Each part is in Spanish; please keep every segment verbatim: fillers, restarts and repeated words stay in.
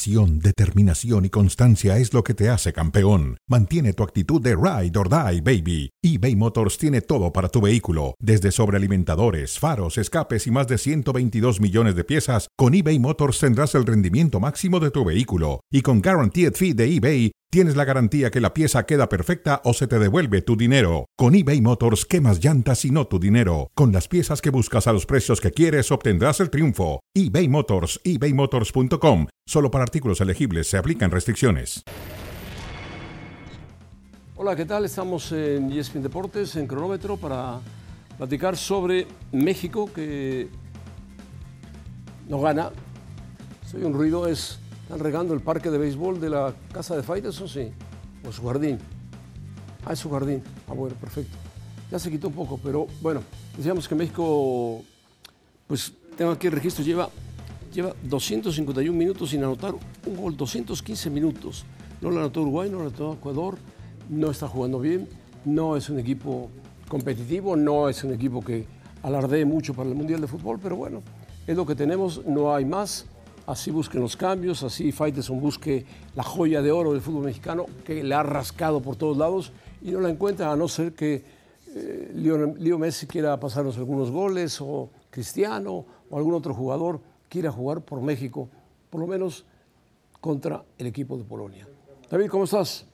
Pasión, determinación y constancia es lo que te hace campeón. Mantiene tu actitud de ride or die, baby. eBay Motors tiene todo para tu vehículo, desde sobrealimentadores, faros, escapes y más de ciento veintidós millones de piezas. Con eBay Motors tendrás el rendimiento máximo de tu vehículo. Y con Guaranteed Fee de eBay, tienes la garantía que la pieza queda perfecta o se te devuelve tu dinero. Con eBay Motors, quemas llantas y no tu dinero. Con las piezas que buscas a los precios que quieres, obtendrás el triunfo. eBay Motors, ebay motors punto com. Solo para artículos elegibles se aplican restricciones. Hola, ¿qué tal? Estamos en E S P N Deportes, en Cronómetro, para platicar sobre México, que no gana. Soy un ruido, es... ¿Están regando el parque de béisbol de la casa de Faitelson? Sí. ¿O su jardín? Ah, es su jardín. Ah, bueno, perfecto. Ya se quitó un poco, pero bueno, decíamos que México, pues tengo aquí el registro, lleva, lleva doscientos cincuenta y un minutos sin anotar un gol, doscientos quince minutos. No lo anotó Uruguay, no lo anotó Ecuador, no está jugando bien, no es un equipo competitivo, no es un equipo que alardee mucho para el Mundial de Fútbol, pero bueno, es lo que tenemos, no hay más. Así busquen los cambios, así Faitelson busque la joya de oro del fútbol mexicano que le ha rascado por todos lados y no la encuentra, a no ser que eh, Leo, Leo Messi quiera pasarnos algunos goles, o Cristiano o algún otro jugador quiera jugar por México, por lo menos contra el equipo de Polonia. David, ¿cómo estás?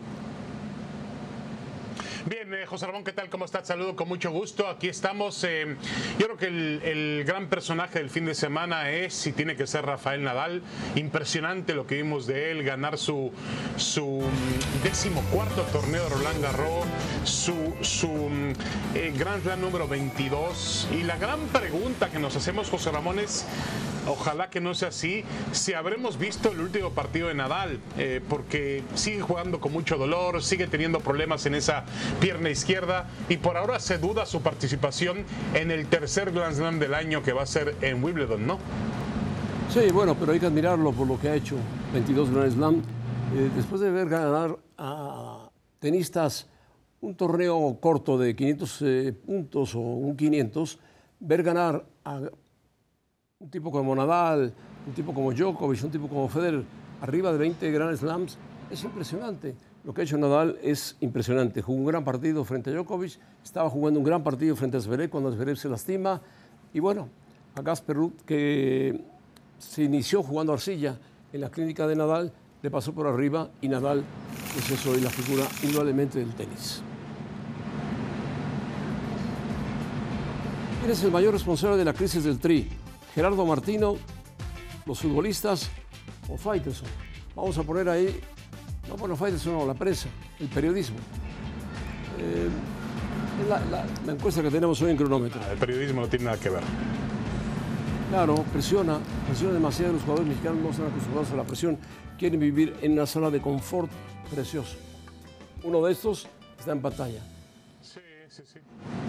Bien, eh, José Ramón, ¿qué tal? ¿Cómo estás? Saludo con mucho gusto. Aquí estamos. Eh, yo creo que el, el gran personaje del fin de semana es, y tiene que ser, Rafael Nadal. Impresionante lo que vimos de él, ganar su, su decimocuarto torneo de Roland Garros, su, su eh, Grand Slam número veintidós. Y la gran pregunta que nos hacemos, José Ramón, es, ojalá que no sea así, si habremos visto el último partido de Nadal, eh, porque sigue jugando con mucho dolor, sigue teniendo problemas en esa pierna izquierda y por ahora se duda su participación en el tercer Grand Slam del año, que va a ser en Wimbledon, ¿no? Sí, bueno, pero hay que admirarlo por lo que ha hecho, veintidós Grand Slam. Eh, después de ver ganar a tenistas un torneo corto de quinientos eh, puntos o un quinientos, ver ganar a un tipo como Nadal, un tipo como Djokovic, un tipo como Federer, arriba de veinte Grand Slams, es impresionante. Lo que ha hecho Nadal es impresionante. Jugó un gran partido frente a Djokovic, estaba jugando un gran partido frente a Zverev cuando Zverev se lastima. Y bueno, a Casper Ruud, que se inició jugando arcilla en la clínica de Nadal, le pasó por arriba y Nadal es eso, la figura indudablemente del tenis. ¿Quién es el mayor responsable de la crisis del Tri? ¿Gerardo Martino, los futbolistas o Faitelson? Vamos a poner ahí, no, bueno, Faitelson no, la prensa, el periodismo. Eh, la, la, la encuesta que tenemos hoy en Cronómetro. El periodismo no tiene nada que ver. Claro, presiona, presiona demasiado. Los jugadores mexicanos no están acostumbrados a la presión, quieren vivir en una zona de confort precioso. Uno de estos está en pantalla. Sí, sí, sí.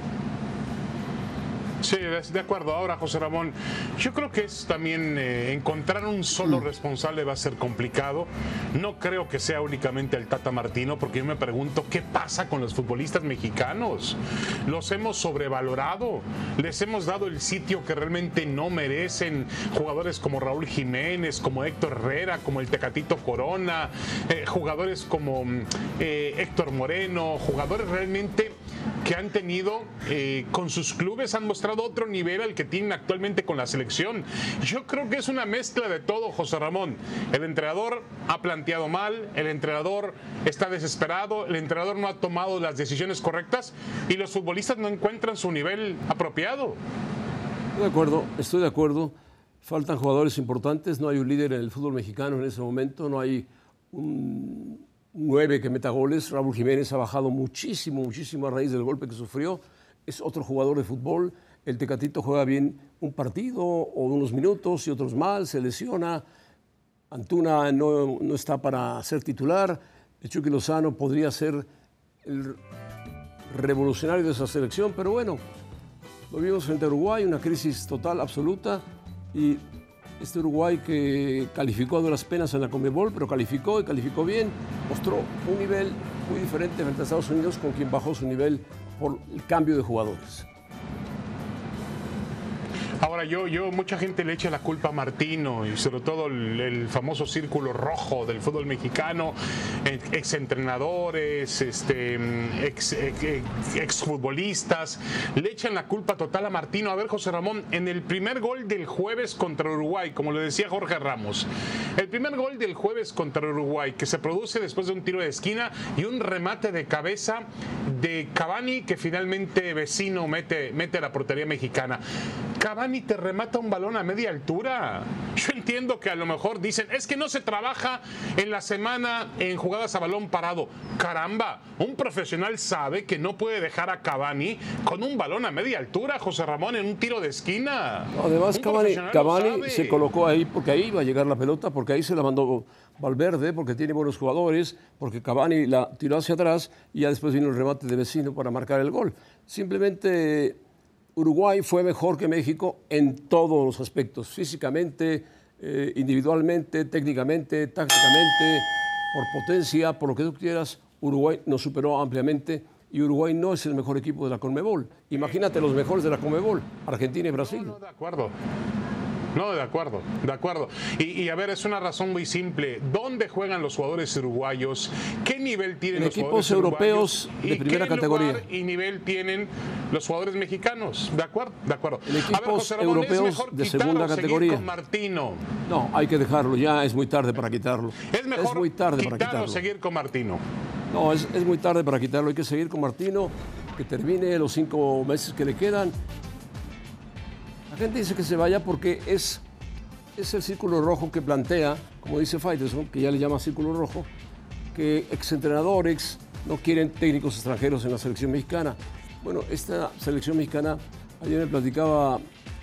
Sí, de acuerdo. Ahora, José Ramón, yo creo que es también eh, encontrar un solo responsable va a ser complicado. No creo que sea únicamente el Tata Martino, porque yo me pregunto qué pasa con los futbolistas mexicanos. Los hemos sobrevalorado, les hemos dado el sitio que realmente no merecen. Jugadores como Raúl Jiménez, como Héctor Herrera, como el Tecatito Corona, eh, jugadores como eh, Héctor Moreno, jugadores realmente que han tenido eh, con sus clubes, han mostrado otro nivel al que tienen actualmente con la selección. Yo creo que es una mezcla de todo, José Ramón. El entrenador ha planteado mal, el entrenador está desesperado, el entrenador no ha tomado las decisiones correctas y los futbolistas no encuentran su nivel apropiado. Estoy de acuerdo, estoy de acuerdo. Faltan jugadores importantes, no hay un líder en el fútbol mexicano en ese momento, no hay un nueve que meta goles. Raúl Jiménez ha bajado muchísimo, muchísimo a raíz del golpe que sufrió. Es otro jugador de fútbol. El Tecatito juega bien un partido o unos minutos y otros mal, se lesiona. Antuna no, no está para ser titular. El Chucky Lozano podría ser el revolucionario de esa selección, pero bueno, lo vimos frente a Uruguay, una crisis total, absoluta, y este Uruguay que calificó a duras penas en la Conmebol, pero calificó y calificó bien, mostró un nivel muy diferente frente a Estados Unidos, con quien bajó su nivel por el cambio de jugadores. Ahora, Ahora, yo, yo, mucha gente le echa la culpa a Martino y sobre todo el, el famoso círculo rojo del fútbol mexicano, exentrenadores, este, ex, ex, exfutbolistas, le echan la culpa total a Martino. A ver, José Ramón, en el primer gol del jueves contra Uruguay, como le decía Jorge Ramos, el primer gol del jueves contra Uruguay, que se produce después de un tiro de esquina y un remate de cabeza de Cavani, que finalmente Vecino mete, mete a la portería mexicana. Cavani te remata un balón a media altura. Yo entiendo que a lo mejor dicen, es que no se trabaja en la semana en jugadas a balón parado. Caramba, un profesional sabe que no puede dejar a Cavani con un balón a media altura, José Ramón, en un tiro de esquina. Además, Cavani, Cavani se colocó ahí porque ahí iba a llegar la pelota, porque ahí se la mandó Valverde, porque tiene buenos jugadores, porque Cavani la tiró hacia atrás y ya después vino el remate de Vecino para marcar el gol. Simplemente Uruguay fue mejor que México en todos los aspectos, físicamente, eh, individualmente, técnicamente, tácticamente, por potencia, por lo que tú quieras. Uruguay nos superó ampliamente y Uruguay no es el mejor equipo de la Conmebol. Imagínate los mejores de la Conmebol, Argentina y Brasil. No, no, de acuerdo. No, de acuerdo, de acuerdo. Y, y a ver, es una razón muy simple. ¿Dónde juegan los jugadores uruguayos? ¿Qué nivel tienen en los equipos jugadores europeos uruguayos? de ¿Y primera qué categoría? lugar y nivel tienen los jugadores mexicanos? ¿De acuerdo? De acuerdo. En equipos a ver, José Ramón, europeos ¿es mejor de quitar segunda o seguir categoría? con Martino? No, hay que dejarlo, ya es muy tarde para quitarlo. Es mejor es muy tarde quitar para quitarlo. o seguir con Martino. No, es, es muy tarde para quitarlo, hay que seguir con Martino, que termine los cinco meses que le quedan. La gente dice que se vaya porque es, es el círculo rojo que plantea, como dice Faitelson, que ya le llama círculo rojo, que exentrenadores no quieren técnicos extranjeros en la selección mexicana. Bueno, esta selección mexicana, ayer me platicaba un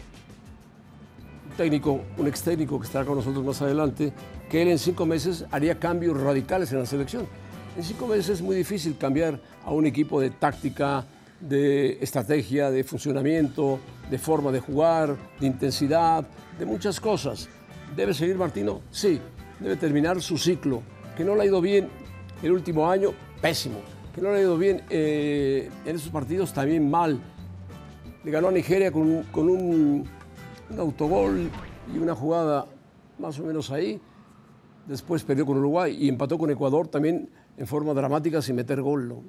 técnico, un ex técnico que estará con nosotros más adelante, que él en cinco meses haría cambios radicales en la selección. En cinco meses es muy difícil cambiar a un equipo de táctica, de estrategia, de funcionamiento, de forma de jugar, de intensidad, de muchas cosas. ¿Debe seguir Martino? Sí. Debe terminar su ciclo. Que no le ha ido bien el último año, pésimo. Que no le ha ido bien eh, en esos partidos, también mal. Le ganó a Nigeria con, un, con un, un autogol y una jugada más o menos ahí. Después perdió con Uruguay y empató con Ecuador también en forma dramática sin meter gol, ¿no?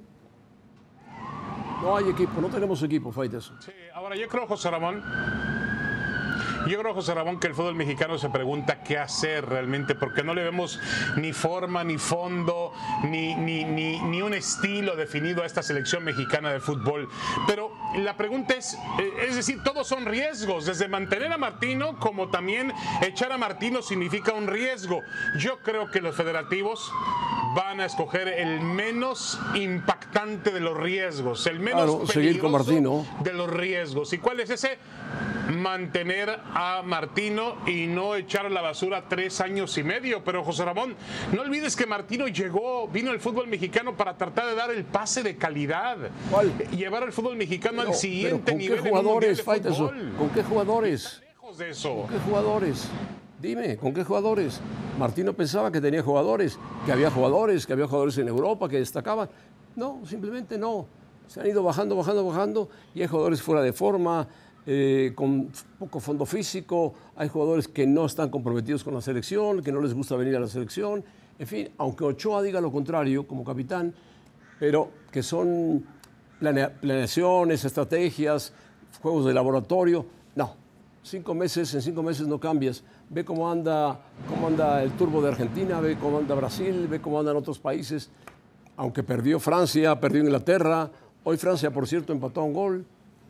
No hay equipo, no tenemos equipo, Faitelson. Sí, ahora yo creo, José Ramón, yo creo, José Ramón, que el fútbol mexicano se pregunta qué hacer realmente, porque no le vemos ni forma, ni fondo, ni, ni, ni, ni un estilo definido a esta selección mexicana de fútbol. Pero la pregunta es, es decir, todos son riesgos, desde mantener a Martino como también echar a Martino significa un riesgo. Yo creo que los federativos van a escoger el menos impactante de los riesgos, el menos claro, seguir con Martino. de los riesgos. ¿Y cuál es ese? Mantener a Martino y no echar a la basura tres años y medio. Pero, José Ramón, no olvides que Martino llegó, vino al fútbol mexicano para tratar de dar el pase de calidad. ¿Cuál? Llevar al fútbol mexicano pero, al siguiente pero ¿con nivel qué jugadores, en un mundial de fútbol? ¿Con qué jugadores? Lejos de eso. ¿Con qué jugadores? Dime, ¿con qué jugadores? Martino pensaba que tenía jugadores, que había jugadores, que había jugadores en Europa que destacaban. No, simplemente no. Se han ido bajando, bajando, bajando y hay jugadores fuera de forma, eh, con poco fondo físico, hay jugadores que no están comprometidos con la selección, que no les gusta venir a la selección. En fin, aunque Ochoa diga lo contrario como capitán, pero que son planea- planeaciones, estrategias, juegos de laboratorio, no. Cinco meses, en cinco meses no cambias. Ve cómo anda, cómo anda el turbo de Argentina, ve cómo anda Brasil, ve cómo andan otros países. Aunque perdió Francia, perdió Inglaterra. Hoy Francia, por cierto, empató a un gol.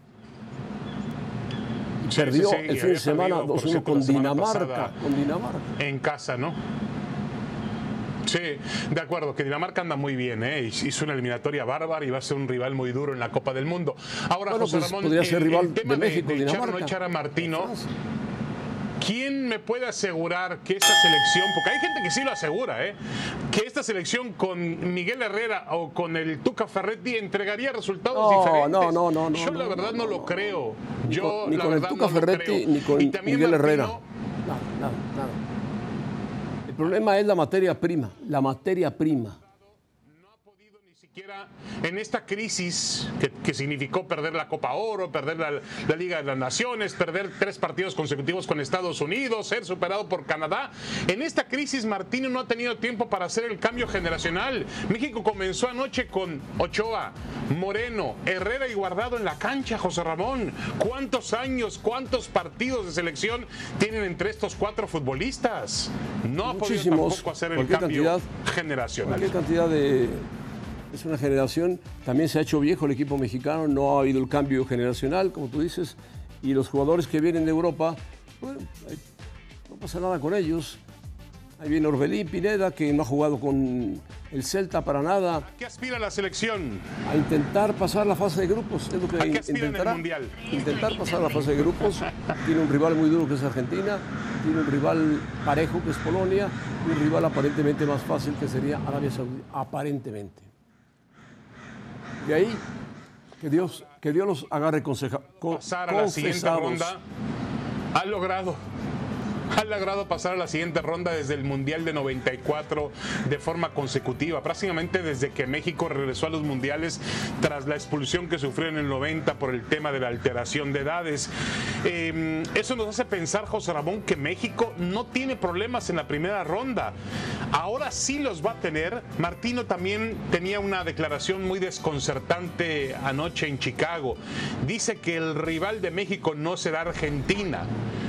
Sí, Perdió sí, sí, el y fin de había semana perdido, por dos uno cierto, con la semana Dinamarca, pasada con Dinamarca. En casa, ¿no? Sí, de acuerdo, que Dinamarca anda muy bien, ¿eh? Hizo una eliminatoria bárbara y va a ser un rival muy duro en la Copa del Mundo. Ahora, Bueno, José pues, Ramón, podría el, ser rival el tema de México, de, de echar o Dinamarca. no echar a Martino, Francia. ¿quién me puede asegurar que esta selección, porque hay gente que sí lo asegura, ¿eh? que esta selección con Miguel Herrera o con el Tuca Ferretti entregaría resultados No, diferentes? no, no, no, no, Yo la no, verdad no, no, lo no, creo. Ni Yo con, ni la con el verdad Tuca no lo Ferretti, creo. ni con Y también Miguel Martino, Herrera. Nada, nada, nada. El problema es la materia prima, la materia prima. siquiera en esta crisis que, que significó perder la Copa Oro, perder la, la Liga de las Naciones, perder tres partidos consecutivos con Estados Unidos, ser superado por Canadá. En esta crisis Martino no ha tenido tiempo para hacer el cambio generacional. México comenzó anoche con Ochoa, Moreno, Herrera y Guardado en la cancha, José Ramón. ¿Cuántos años, cuántos partidos de selección tienen entre estos cuatro futbolistas? No ha podido tampoco hacer el cambio cantidad, generacional. ¿Qué cantidad de...? Es una generación, también se ha hecho viejo el equipo mexicano, no ha habido el cambio generacional, como tú dices, y los jugadores que vienen de Europa, bueno, no pasa nada con ellos. Ahí viene Orbelín Pineda, que no ha jugado con el Celta para nada. ¿A qué aspira la selección? A intentar pasar la fase de grupos. Es lo que ¿A qué aspira en el Mundial? Intentar pasar la fase de grupos. Tiene un rival muy duro que es Argentina, tiene un rival parejo que es Polonia, y un rival aparentemente más fácil que sería Arabia Saudí, aparentemente. De ahí, que Dios, que Dios los agarre conseja, con, pasar a la siguiente ronda. Ha logrado, ha logrado pasar a la siguiente ronda desde el Mundial de noventa y cuatro de forma consecutiva, prácticamente desde que México regresó a los mundiales tras la expulsión que sufrió en el noventa por el tema de la alteración de edades. Eh, eso nos hace pensar, José Ramón, que México no tiene problemas en la primera ronda. Ahora sí los va a tener. Martino también tenía una declaración muy desconcertante anoche en Chicago. Dice que el rival de México no será Argentina.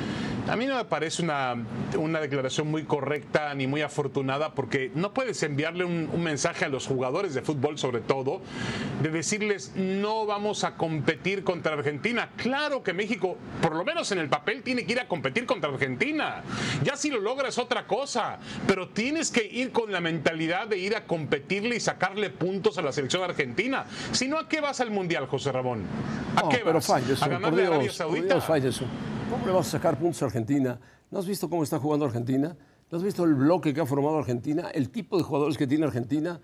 A mí no me parece una, una declaración muy correcta ni muy afortunada, porque no puedes enviarle un, un mensaje a los jugadores de fútbol, sobre todo, de decirles no vamos a competir contra Argentina. Claro que México, por lo menos en el papel, tiene que ir a competir contra Argentina. Ya si lo logra es otra cosa, pero tienes que ir con la mentalidad de ir a competirle y sacarle puntos a la selección argentina. Si no, ¿a qué vas al Mundial, José Ramón? ¿A no, qué pero vas? Falla, ¿A ganarle a Arabia Saudita? ¿Cómo le vas a sacar puntos a Argentina? ¿No has visto cómo está jugando Argentina? ¿No has visto el bloque que ha formado Argentina? El tipo de jugadores que tiene Argentina.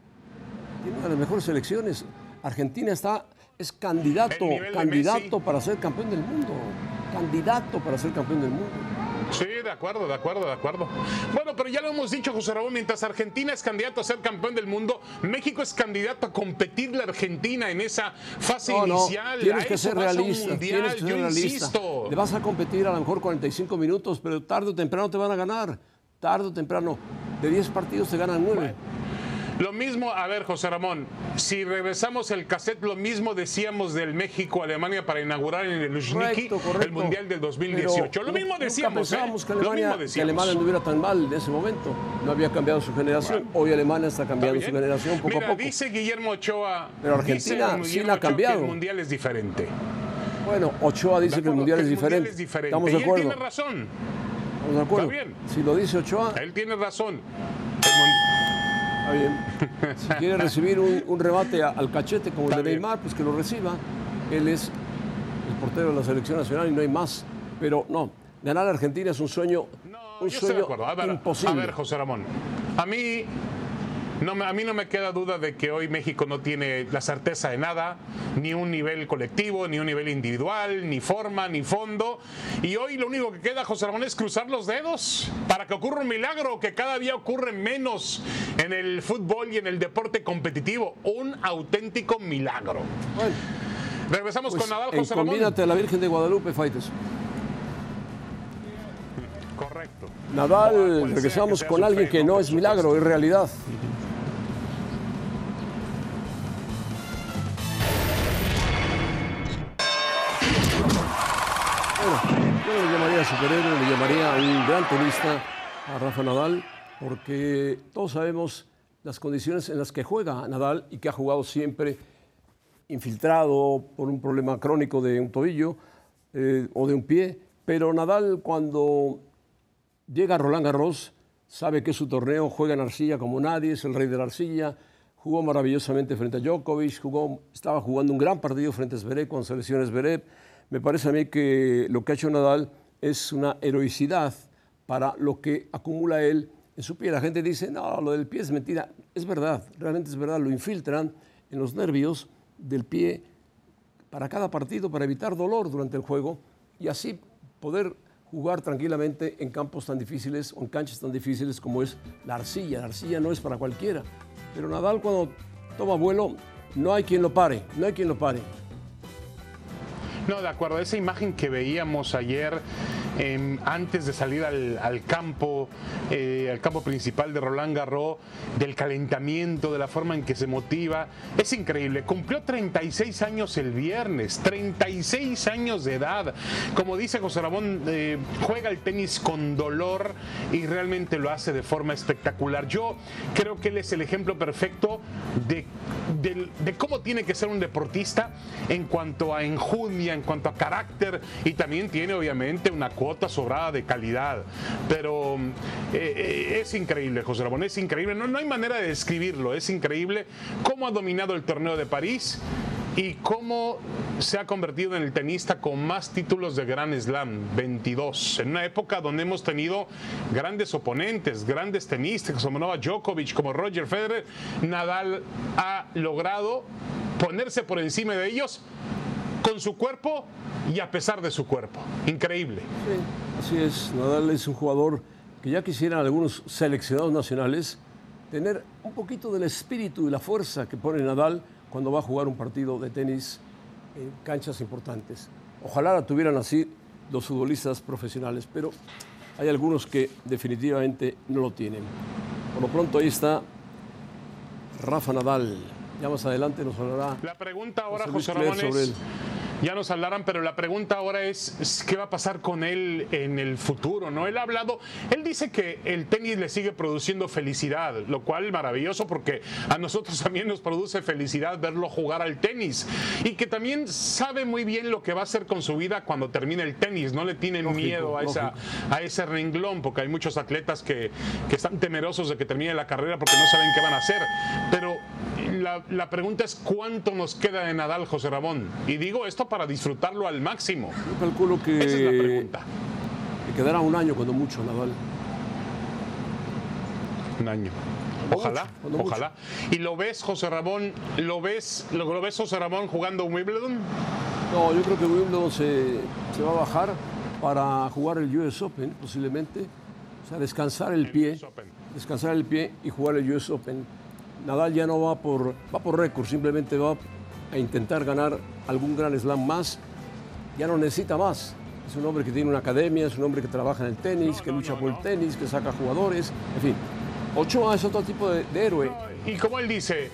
Tiene una de las mejores selecciones. Argentina está, es candidato, candidato para ser campeón del mundo. Candidato para ser campeón del mundo. Sí, de acuerdo, de acuerdo, de acuerdo. Bueno, pero ya lo hemos dicho, José Ramón, mientras Argentina es candidato a ser campeón del mundo, México es candidato a competirle a Argentina en esa fase no, no, inicial. Tienes a que eso ser vas realista, a un mundial, tienes que ser yo realista. Insisto. Le vas a competir a lo mejor cuarenta y cinco minutos, pero tarde o temprano te van a ganar. Tarde o temprano. De diez partidos te ganan nueve. Bueno. Lo mismo, a ver, José Ramón, si regresamos el cassette, lo mismo decíamos del México-Alemania para inaugurar en el Luzhniki el Mundial del dos mil dieciocho. Pero lo mismo decíamos, ¿eh? Que Alemania, lo mismo decíamos. Que Alemania no hubiera tan mal en ese momento. No había cambiado su generación. Bueno, hoy Alemania está cambiando está su generación poco Mira, a poco. Dice Guillermo Ochoa, pero Argentina dice sí la ha cambiado. Que el Mundial es diferente. Bueno, Ochoa dice que el Mundial, que el es, diferente. mundial es diferente. Estamos de acuerdo. Y él tiene razón. Estamos de acuerdo. Está bien. Si lo dice Ochoa. Él tiene razón. Está bien. Si quiere recibir un, un remate a, al cachete como el de Neymar, pues que lo reciba. Él es el portero de la selección nacional y no hay más. Pero no, ganar a Argentina es un sueño, no, un yo sueño estoy de a ver, imposible. A ver, José Ramón, a mí... No, a mí no me queda duda de que hoy México no tiene la certeza de nada, ni un nivel colectivo, ni un nivel individual, ni forma, ni fondo. Y hoy lo único que queda, José Ramón, es cruzar los dedos para que ocurra un milagro, que cada día ocurre menos en el fútbol y en el deporte competitivo. Un auténtico milagro. Bueno, regresamos pues con Nadal, José Ramón. Encomiéndate a la Virgen de Guadalupe, Faites. Correcto. Nadal, regresamos con alguien que no es milagro, es realidad. Bueno, yo no le llamaría superhéroe, le llamaría a un gran tenista, a Rafa Nadal, porque todos sabemos las condiciones en las que juega Nadal y que ha jugado siempre infiltrado por un problema crónico de un tobillo eh, o de un pie, pero Nadal cuando llega a Roland Garros sabe que es su torneo, juega en arcilla como nadie, es el rey de la arcilla, jugó maravillosamente frente a Djokovic, jugó, estaba jugando un gran partido frente a Zverev con selección Zverev. Me parece a mí que lo que ha hecho Nadal es una heroicidad para lo que acumula él en su pie. La gente dice, no, lo del pie es mentira. Es verdad, realmente es verdad. Lo infiltran en los nervios del pie para cada partido, para evitar dolor durante el juego y así poder jugar tranquilamente en campos tan difíciles o en canchas tan difíciles como es la arcilla. La arcilla no es para cualquiera. Pero Nadal cuando toma vuelo, no hay quien lo pare, no hay quien lo pare. No, de acuerdo. Esa imagen que veíamos ayer, eh, antes de salir al, al campo, eh, al campo principal de Roland Garros, del calentamiento, de la forma en que se motiva, es increíble. Cumplió treinta y seis años el viernes, treinta y seis años de edad. Como dice José Ramón, eh, juega el tenis con dolor y realmente lo hace de forma espectacular. Yo creo que él es el ejemplo perfecto de, de, de cómo tiene que ser un deportista en cuanto a enjundia, en cuanto a carácter, y también tiene obviamente una cuota sobrada de calidad, pero eh, es increíble, José Ramón, es increíble, no, no hay manera de describirlo, es increíble cómo ha dominado el torneo de París y cómo se ha convertido en el tenista con más títulos de Grand Slam, veintidós, en una época donde hemos tenido grandes oponentes, grandes tenistas como Novak Djokovic, como Roger Federer. Nadal ha logrado ponerse por encima de ellos con su cuerpo y a pesar de su cuerpo. Increíble. Sí, así es. Nadal es un jugador que ya quisieran algunos seleccionados nacionales tener un poquito del espíritu y la fuerza que pone Nadal cuando va a jugar un partido de tenis en canchas importantes. Ojalá la tuvieran así los futbolistas profesionales, pero hay algunos que definitivamente no lo tienen. Por lo pronto ahí está Rafa Nadal. Ya más adelante nos hablará. La pregunta ahora, José, José Ramón, sobre es, él. ya nos hablarán, pero la pregunta ahora es, ¿qué va a pasar con él en el futuro? ¿No? Él ha hablado, él dice que el tenis le sigue produciendo felicidad, lo cual maravilloso porque a nosotros también nos produce felicidad verlo jugar al tenis, y que también sabe muy bien lo que va a hacer con su vida cuando termine el tenis, no le tiene lógico, miedo a, esa, a ese renglón, porque hay muchos atletas que, que están temerosos de que termine la carrera porque no saben qué van a hacer, pero La, la pregunta es ¿cuánto nos queda de Nadal, José Ramón? Y digo esto para disfrutarlo al máximo. Yo calculo que esa es la pregunta. Le quedará un año cuando mucho a Nadal. Un año. Ojalá, mucho, ojalá. Mucho. ¿Y lo ves, José Ramón? ¿Lo ves, lo, lo ves, José Ramón, jugando Wimbledon? No, yo creo que Wimbledon se, se va a bajar para jugar el U S Open, posiblemente. O sea, descansar el, el pie. Descansar el pie y jugar el U S Open. Nadal ya no va por, va por récord, simplemente va a intentar ganar algún Grand Slam más. Ya no necesita más. Es un hombre que tiene una academia, es un hombre que trabaja en el tenis, no, que no, lucha no, por no. el tenis, que saca jugadores, en fin. Ochoa es otro tipo de, de héroe. No, y como él dice,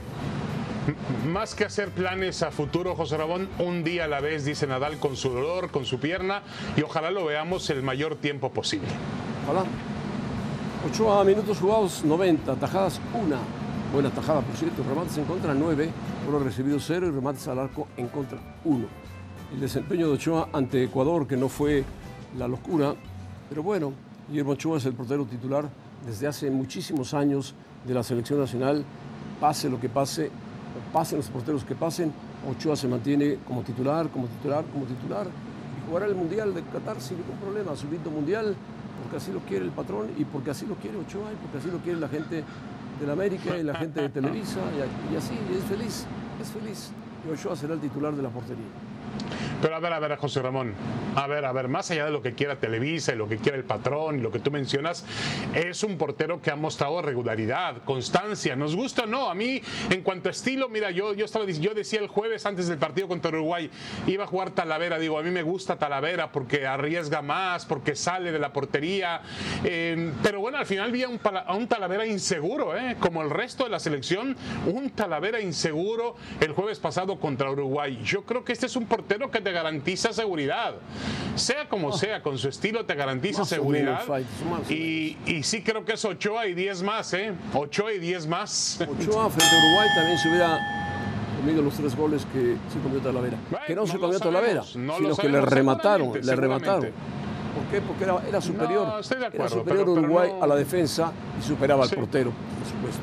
más que hacer planes a futuro, José Ramón, un día a la vez, dice Nadal, con su dolor, con su pierna, y ojalá lo veamos el mayor tiempo posible. Ojalá. Ochoa, minutos jugados, noventa, tajadas, una. Buena tajada, por cierto, remates en contra, nueve, goles recibidos, cero, y remates al arco en contra, uno. El desempeño de Ochoa ante Ecuador, que no fue la locura, pero bueno, Guillermo Ochoa es el portero titular desde hace muchísimos años de la selección nacional. Pase lo que pase, o pasen los porteros que pasen, Ochoa se mantiene como titular, como titular, como titular, y jugará el Mundial de Qatar sin ningún problema, su quinto Mundial, porque así lo quiere el patrón, y porque así lo quiere Ochoa, y porque así lo quiere la gente de la América y la gente de Televisa, y, y así, y es feliz, es feliz. Y Ochoa será el titular de la portería. Pero a ver, a ver, José Ramón, a ver, a ver, más allá de lo que quiera Televisa y lo que quiera el patrón y lo que tú mencionas, es un portero que ha mostrado regularidad, constancia, nos gusta o no. A mí, en cuanto a estilo, mira, yo, yo, estaba, yo decía el jueves antes del partido contra Uruguay, iba a jugar Talavera, digo, a mí me gusta Talavera porque arriesga más, porque sale de la portería, eh, pero bueno, al final vi a un, a un Talavera inseguro, eh, como el resto de la selección, un Talavera inseguro el jueves pasado contra Uruguay. Yo creo que este es un portero que te garantiza seguridad, sea como oh. sea, con su estilo te garantiza más seguridad, menos, y, y sí creo que es Ochoa y diez más, ¿eh? Ochoa y diez más. Ochoa frente a Uruguay también se hubiera comido los tres goles que se comió Talavera, bueno, que no, no se comió Talavera, no sino que le remataron, le remataron. ¿Por qué? Porque era, era superior, no, estoy de acuerdo, era superior pero, pero Uruguay no... a la defensa y superaba sí. al portero, por supuesto.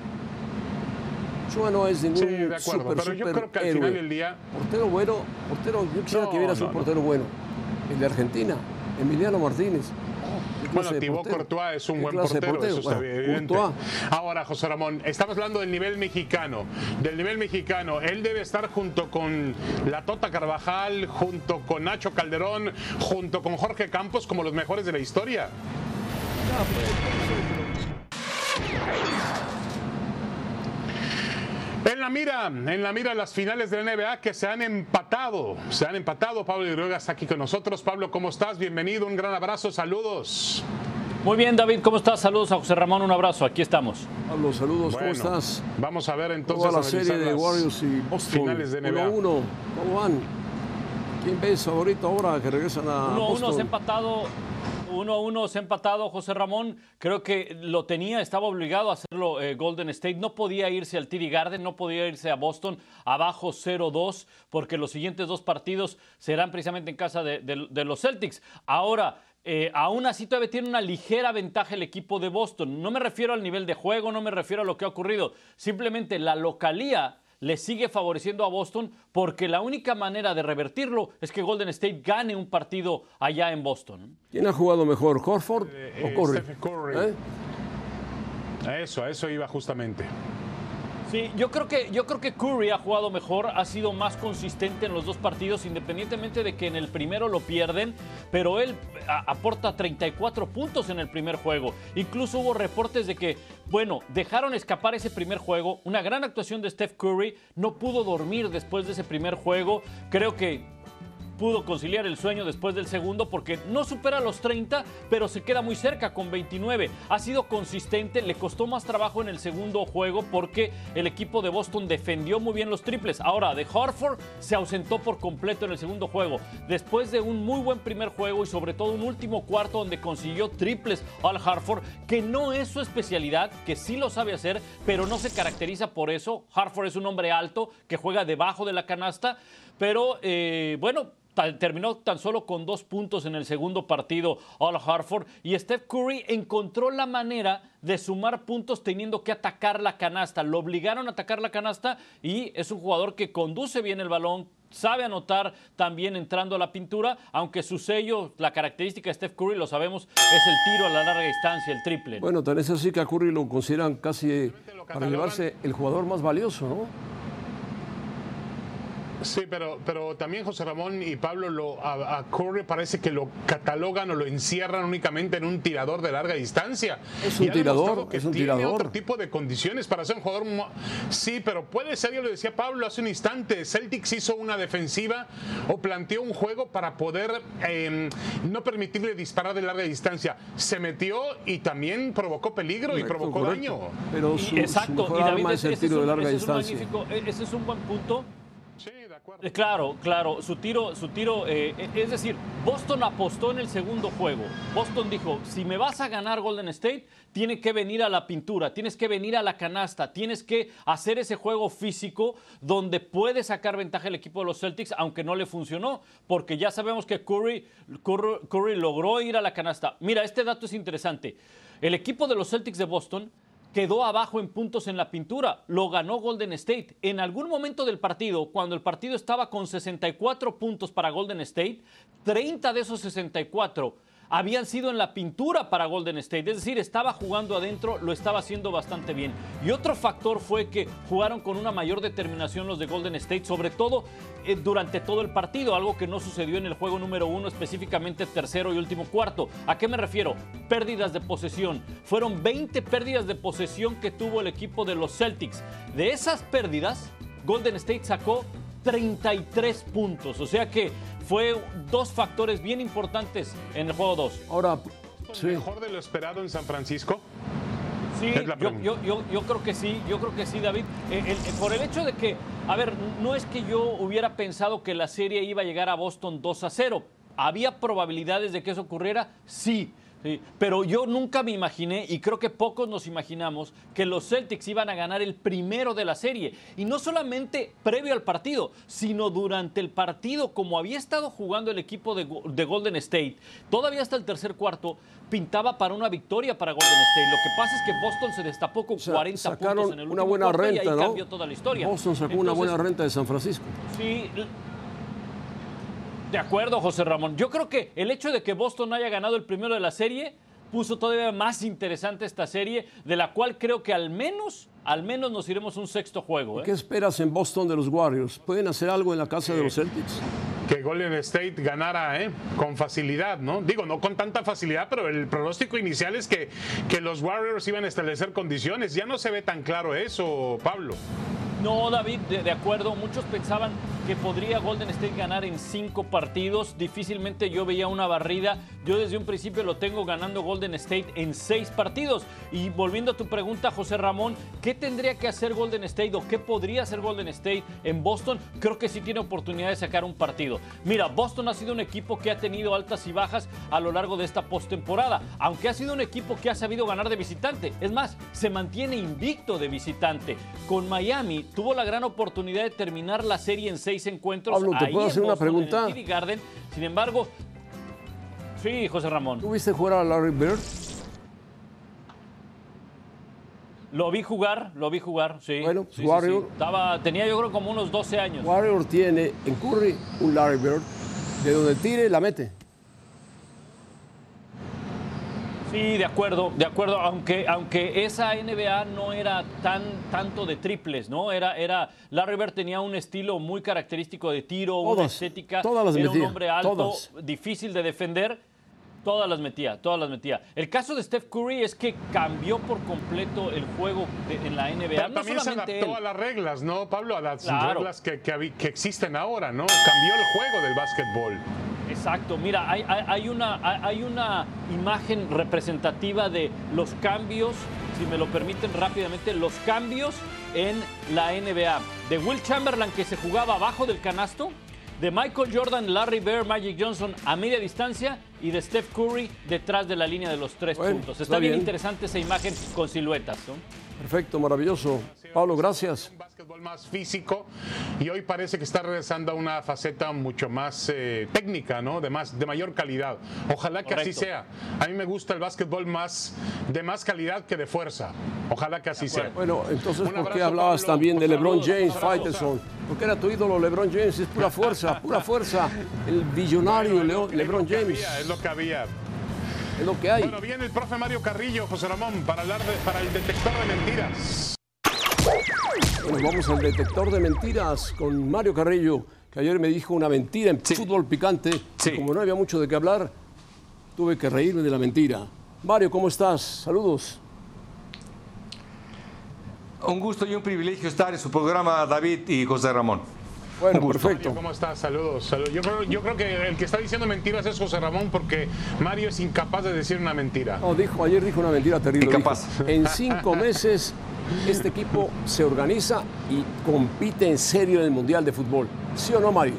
Ochoa no es ningún sí, de acuerdo, super, pero yo super creo que al héroe. final del día... Portero bueno, portero, yo quisiera no, que vieras no, un portero no. bueno. El de Argentina, Emiliano Martínez. Oh, bueno, Thibaut Courtois es un buen portero, portero, eso está bueno, evidente. Courtois. Ahora, José Ramón, estamos hablando del nivel mexicano. Del nivel mexicano, él debe estar junto con la Tota Carvajal, junto con Nacho Calderón, junto con Jorge Campos como los mejores de la historia. Ya, pues, En la mira, en la mira las finales de la N B A que se han empatado, se han empatado. Pablo Iruega está aquí con nosotros. Pablo, ¿cómo estás? Bienvenido, un gran abrazo, saludos. Muy bien, David, ¿cómo estás? Saludos a José Ramón, un abrazo, aquí estamos. Pablo, saludos, Bueno, ¿cómo estás? Vamos a ver entonces Toda la a serie de Warriors y Boston, finales de N B A. uno a uno, ¿cómo van? ¿Quién ves favorito ahora que regresan a uno a Boston? uno se ha empatado, uno a uno se ha empatado José Ramón. Creo que lo tenía, estaba obligado a hacerlo eh, Golden State. No podía irse al T D Garden, no podía irse a Boston abajo cero dos, porque los siguientes dos partidos serán precisamente en casa de, de, de los Celtics. Ahora, Eh, aún así todavía tiene una ligera ventaja el equipo de Boston. No me refiero al nivel de juego, no me refiero a lo que ha ocurrido. Simplemente la localía le sigue favoreciendo a Boston, porque la única manera de revertirlo es que Golden State gane un partido allá en Boston. ¿Quién ha jugado mejor, Horford Eh, o Curry? Stephen Curry. ¿Eh? A eso, a eso iba justamente. Sí, yo creo que yo creo que Curry ha jugado mejor, ha sido más consistente en los dos partidos, independientemente de que en el primero lo pierden, pero él a, aporta treinta y cuatro puntos en el primer juego. Incluso hubo reportes de que, bueno, dejaron escapar ese primer juego, una gran actuación de Steph Curry, no pudo dormir después de ese primer juego. Creo que pudo conciliar el sueño después del segundo, porque no supera los treinta, pero se queda muy cerca con veintinueve. Ha sido consistente, le costó más trabajo en el segundo juego porque el equipo de Boston defendió muy bien los triples. Ahora, de Horford se ausentó por completo en el segundo juego. Después de un muy buen primer juego y sobre todo un último cuarto donde consiguió triples al Horford, que no es su especialidad, que sí lo sabe hacer, pero no se caracteriza por eso. Horford es un hombre alto que juega debajo de la canasta, pero eh, bueno, terminó tan solo con dos puntos en el segundo partido Al Horford, y Steph Curry encontró la manera de sumar puntos teniendo que atacar la canasta. Lo obligaron a atacar la canasta y es un jugador que conduce bien el balón, sabe anotar también entrando a la pintura, aunque su sello, la característica de Steph Curry, lo sabemos, es el tiro a la larga distancia, el triple. Bueno, tan es así que a Curry lo consideran casi para llevarse el jugador más valioso, ¿no? Sí, pero, pero también José Ramón y Pablo, lo, a, a Curry parece que lo catalogan o lo encierran únicamente en un tirador de larga distancia. Es un Y ha tirador, demostrado que es un tiene tirador. otro tipo de condiciones para ser un jugador. Sí, pero puede ser, ya lo decía Pablo hace un instante, Celtics hizo una defensiva o planteó un juego para poder eh, no permitirle disparar de larga distancia. Se metió y también provocó peligro Correcto, y provocó correcto. daño. Pero su, Y, exacto, su mejor y David, arma ese, es el ese es tiro un, de larga ese es un distancia. magnífico, ese es un buen punto. Sí, de acuerdo. Eh, Claro, claro, su tiro, su tiro, eh, es decir, Boston apostó en el segundo juego. Boston dijo, si me vas a ganar Golden State, tiene que venir a la pintura, tienes que venir a la canasta, tienes que hacer ese juego físico donde puede sacar ventaja el equipo de los Celtics, aunque no le funcionó, porque ya sabemos que Curry, Curry, Curry logró ir a la canasta. Mira, este dato es interesante. El equipo de los Celtics de Boston quedó abajo en puntos en la pintura, lo ganó Golden State. En algún momento del partido, cuando el partido estaba con sesenta y cuatro puntos para Golden State, treinta de esos sesenta y cuatro habían sido en la pintura para Golden State, es decir, estaba jugando adentro, lo estaba haciendo bastante bien. Y otro factor fue que jugaron con una mayor determinación los de Golden State, sobre todo eh, durante todo el partido, algo que no sucedió en el juego número uno, específicamente tercero y último cuarto. ¿A qué me refiero? Pérdidas de posesión. Fueron veinte pérdidas de posesión que tuvo el equipo de los Celtics. De esas pérdidas, Golden State sacó treinta y tres puntos, o sea que fue dos factores bien importantes en el juego dos. Ahora, sí. ¿Mejor de lo esperado en San Francisco? Sí, Es la yo, pregunta. yo, yo, yo creo que sí, yo creo que sí, David. Eh, el- eh, por el hecho de que, a ver, no es que yo hubiera pensado que la serie iba a llegar a Boston dos a cero. ¿Había probabilidades de que eso ocurriera? Sí. Sí, pero yo nunca me imaginé, y creo que pocos nos imaginamos, que los Celtics iban a ganar el primero de la serie. Y no solamente previo al partido, sino durante el partido, como había estado jugando el equipo de, Go- de Golden State, todavía hasta el tercer cuarto, pintaba para una victoria para Golden State. Lo que pasa es que Boston se destapó con O sea, cuarenta sacaron puntos en el una último buena cuarto, y renta, ahí ¿no? cambió toda la historia. Boston sacó una Entonces, buena renta de San Francisco. Sí, de acuerdo, José Ramón. Yo creo que el hecho de que Boston haya ganado el primero de la serie puso todavía más interesante esta serie, de la cual creo que al menos, al menos nos iremos un sexto juego. ¿eh? ¿Qué esperas en Boston de los Warriors? ¿Pueden hacer algo en la casa de los Celtics? Que Golden State ganara ¿eh? con facilidad, ¿no? Digo, no con tanta facilidad, pero el pronóstico inicial es que, que los Warriors iban a establecer condiciones. Ya no se ve tan claro eso, Pablo. No, David, de, de acuerdo. Muchos pensaban que podría Golden State ganar en cinco partidos. Difícilmente yo veía una barrida. Yo desde un principio lo tengo ganando Golden State en seis partidos. Y volviendo a tu pregunta, José Ramón, ¿qué tendría que hacer Golden State o qué podría hacer Golden State en Boston? Creo que sí tiene oportunidad de sacar un partido. Mira, Boston ha sido un equipo que ha tenido altas y bajas a lo largo de esta postemporada, aunque ha sido un equipo que ha sabido ganar de visitante. Es más, se mantiene invicto de visitante. Con Miami tuvo la gran oportunidad de terminar la serie en seis encuentros. Pablo, ¿te ahí puedo hacer en una Boston, pregunta? en el T D Garden. Sin embargo, sí, José Ramón. ¿Tú viste jugar a Larry Bird? Lo vi jugar, lo vi jugar, sí. Bueno, sí, Warrior. sí, sí. Estaba, tenía yo creo como unos doce años. Warrior tiene en Curry un Larry Bird, de donde tire la mete. Sí, de acuerdo, de acuerdo, aunque, aunque esa N B A no era tan tanto de triples, ¿no? Era, era, Larry Bird tenía un estilo muy característico de tiro, Todas, una estética, todas las era metía, un hombre alto, todas. difícil de defender, todas las metía, todas las metía. El caso de Steph Curry es que cambió por completo el juego de, en la N B A. Pero no también se solamente adaptó él. a las reglas, ¿no, Pablo? A las Claro. reglas que, que, habi- que existen ahora, ¿no? Cambió el juego del básquetbol. Exacto, mira, hay, hay, hay una, hay hay una imagen representativa de los cambios, si me lo permiten rápidamente, los cambios en la N B A. De Will Chamberlain, que se jugaba abajo del canasto, de Michael Jordan, Larry Bird, Magic Johnson a media distancia y de Steph Curry detrás de la línea de los tres Bueno, puntos. Está está bien, bien. interesante esa imagen con siluetas, ¿no? Perfecto, maravilloso. Pablo, gracias. Un básquetbol más físico y hoy parece que está regresando a una faceta mucho más eh, técnica, ¿no? De más, de mayor calidad. Ojalá que así Correcto. sea. A mí me gusta el básquetbol más de más calidad que de fuerza. Ojalá que así sea. Bueno, entonces, Un ¿por qué abrazo, hablabas Pablo. también de Saludos, LeBron James, un abrazo. Faitelson? Porque era tu ídolo LeBron James, es pura fuerza, pura fuerza. El billonario Bueno, es Leo- lo que- LeBron es lo que James, había, es lo que había. es lo que hay. Bueno, viene el profe Mario Carrillo, José Ramón, para hablar de, para el detector de mentiras. Bueno, vamos al detector de mentiras con Mario Carrillo, que ayer me dijo una mentira en fútbol picante. Sí. Y como no había mucho de qué hablar, tuve que reírme de la mentira. Mario, ¿cómo estás? Saludos. Un gusto y un privilegio estar en su programa, David y José Ramón. Bueno, Un gusto. perfecto. ¿Cómo estás? Saludos. Saludos. Yo, creo, yo creo que el que está diciendo mentiras es José Ramón porque Mario es incapaz de decir una mentira. No, dijo, ayer dijo una mentira terrible. Incapaz. Dijo, en cinco meses este equipo se organiza y compite en serio en el Mundial de Fútbol. ¿Sí o no, Mario?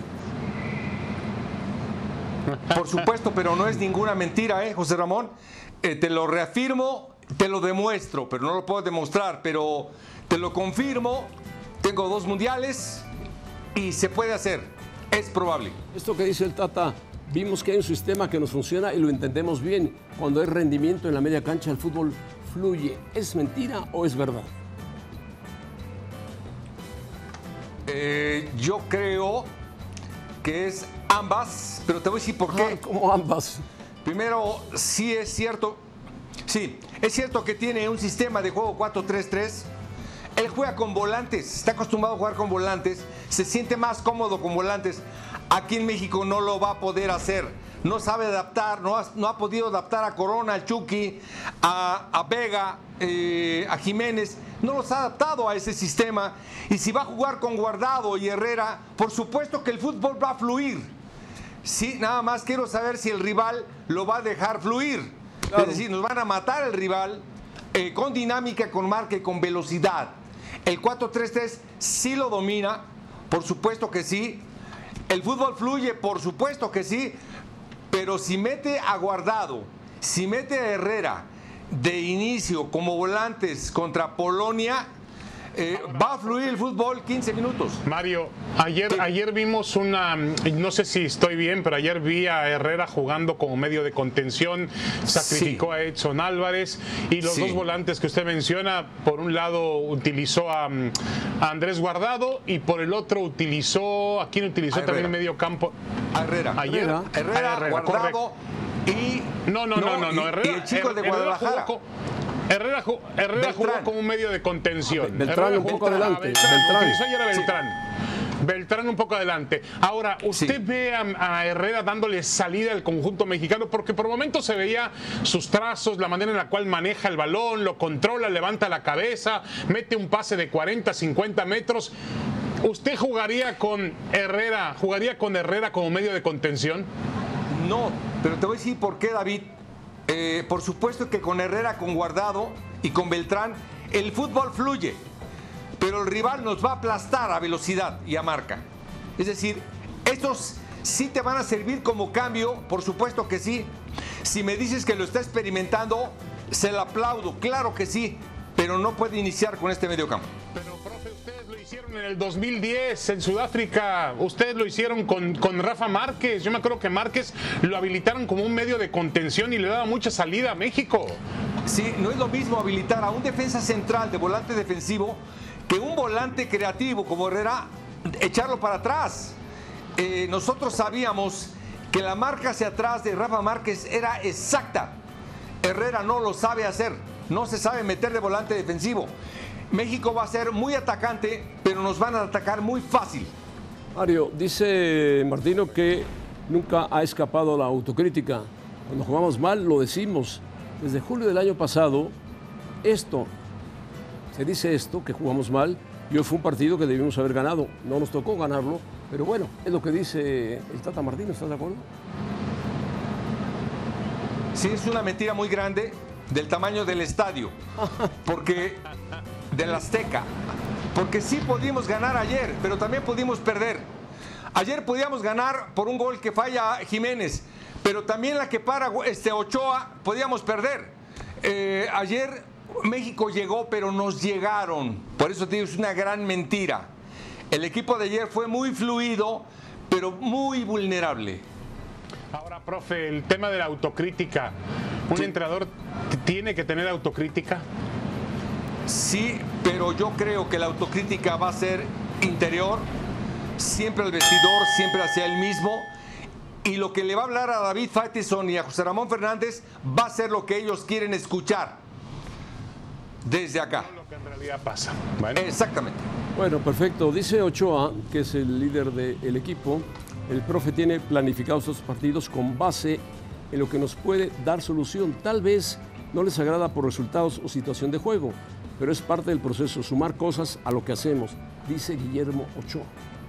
Por supuesto, pero no es ninguna mentira, ¿eh, José Ramón? Eh, te lo reafirmo, te lo demuestro, pero no lo puedo demostrar, pero te lo confirmo. Tengo dos mundiales y se puede hacer. Es probable. Esto que dice el Tata, vimos que hay un sistema que nos funciona y lo entendemos bien. Cuando hay rendimiento en la media cancha, el fútbol fluye. ¿Es mentira o es verdad? Eh, yo creo que es ambas, pero te voy a decir por qué. Ah, como ambas. Primero, sí es cierto, sí, es cierto que tiene un sistema de juego cuatro tres tres. Él juega con volantes, está acostumbrado a jugar con volantes, se siente más cómodo con volantes. Aquí en México no lo va a poder hacer, no sabe adaptar, no ha, no ha podido adaptar a Corona, al Chucky, a, a Vega, eh, a Jiménez. No los ha adaptado a ese sistema. Y si va a jugar con Guardado y Herrera, por supuesto que el fútbol va a fluir. Sí, nada más quiero saber si el rival lo va a dejar fluir. Claro. Es decir, nos van a matar el rival eh, con dinámica, con marca y con velocidad. El cuatro tres tres sí lo domina, por supuesto que sí. El fútbol fluye, por supuesto que sí. Pero si mete a Guardado, si mete a Herrera de inicio como volantes contra Polonia, eh, va a fluir el fútbol quince minutos. Mario, ayer, ayer vimos una, no sé si estoy bien, pero ayer vi a Herrera jugando como medio de contención, sacrificó Sí. a Edson Álvarez y los Sí. dos volantes que usted menciona, por un lado utilizó a, a Andrés Guardado y por el otro utilizó, ¿a quién utilizó A también en Herrera. medio campo? A Herrera. Ayer, Herrera. Herrera, a Herrera, Guardado correcto. y... No, no, no, no, no, y- Herrera, y el chico de Herrera Guadalajara. jugó co- Herrera, ju- Herrera jugó Beltrán. como un medio de contención. Beltrán Herrera un poco jugó- adelante, Beltrán, Beltrán. utilizó ayer a Beltrán. Beltrán un poco adelante. Ahora, ¿usted Sí. ve a, a Herrera dándole salida al conjunto mexicano? Porque por momentos se veía sus trazos, la manera en la cual maneja el balón, lo controla, levanta la cabeza, mete un pase de cuarenta, cincuenta metros. ¿Usted jugaría con Herrera, jugaría con Herrera como medio de contención? No, pero te voy a decir por qué, David. Eh, por supuesto que con Herrera, con Guardado y con Beltrán, el fútbol fluye, pero el rival nos va a aplastar a velocidad y a marca. Es decir, estos sí te van a servir como cambio, por supuesto que sí. Si me dices que lo está experimentando, se lo aplaudo, claro que sí, pero no puede iniciar con este mediocampo. Pero, profe, ustedes lo hicieron en el dos mil diez en Sudáfrica, ustedes lo hicieron con, con Rafa Márquez. Yo me acuerdo que Márquez lo habilitaron como un medio de contención y le daba mucha salida a México. Sí, no es lo mismo habilitar a un defensa central de volante defensivo que un volante creativo como Herrera, echarlo para atrás. Eh, nosotros sabíamos que la marca hacia atrás de Rafa Márquez era exacta. Herrera no lo sabe hacer, no se sabe meter de volante defensivo. México va a ser muy atacante, pero nos van a atacar muy fácil. Mario, dice Martino que nunca ha escapado la autocrítica. Cuando jugamos mal, lo decimos. Desde julio del año pasado, esto, se dice esto, que jugamos mal, y hoy fue un partido que debimos haber ganado. No nos tocó ganarlo, pero bueno, es lo que dice el Tata Martino, ¿estás de acuerdo? Sí, es una mentira muy grande del tamaño del estadio, porque del Azteca, porque sí pudimos ganar ayer, pero también pudimos perder. Ayer podíamos ganar por un gol que falla Jiménez, pero también la que para este Ochoa podíamos perder. Eh, ayer México llegó, pero nos llegaron. Por eso te digo, es una gran mentira. El equipo de ayer fue muy fluido, pero muy vulnerable. Ahora, profe, el tema de la autocrítica. ¿Un Sí. entrenador tiene que tener autocrítica? Sí, pero yo creo que la autocrítica va a ser interior, siempre al vestidor, siempre hacia él mismo. Y lo que le va a hablar a David Faitelson y a José Ramón Fernández va a ser lo que ellos quieren escuchar desde acá. Lo que en realidad pasa. Bueno. Exactamente. Bueno, perfecto. Dice Ochoa, que es el líder del equipo, el profe tiene planificados estos partidos con base en lo que nos puede dar solución. Tal vez no les agrada por resultados o situación de juego, pero es parte del proceso, sumar cosas a lo que hacemos, dice Guillermo Ochoa.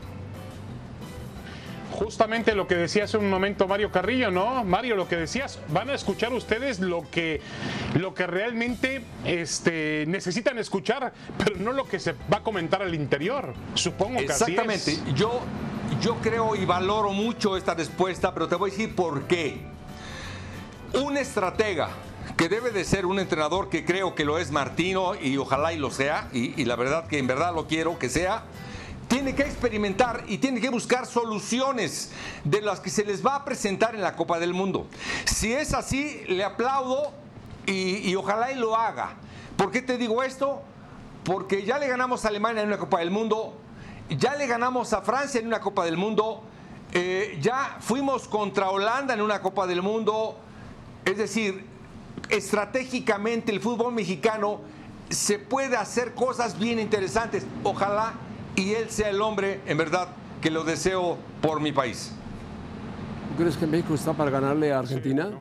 Justamente lo que decía hace un momento Mario Carrillo, ¿no? Mario, lo que decías, van a escuchar ustedes lo que, lo que realmente este, necesitan escuchar, pero no lo que se va a comentar al interior. Supongo que Exactamente. así es. Yo, yo creo y valoro mucho esta respuesta, pero te voy a decir por qué. Un estratega, que debe de ser un entrenador que creo que lo es Martino y ojalá y lo sea, y, y la verdad que en verdad lo quiero que sea, tiene que experimentar y tiene que buscar soluciones de las que se les va a presentar en la Copa del Mundo. Si es así, le aplaudo y, y ojalá y lo haga. ¿Por qué te digo esto? Porque ya le ganamos a Alemania en una Copa del Mundo, ya le ganamos a Francia en una Copa del Mundo, eh, ya fuimos contra Holanda en una Copa del Mundo. Es decir, estratégicamente el fútbol mexicano se puede hacer cosas bien interesantes. Ojalá y él sea el hombre, en verdad, que lo deseo por mi país. ¿Tú crees que México está para ganarle a Argentina?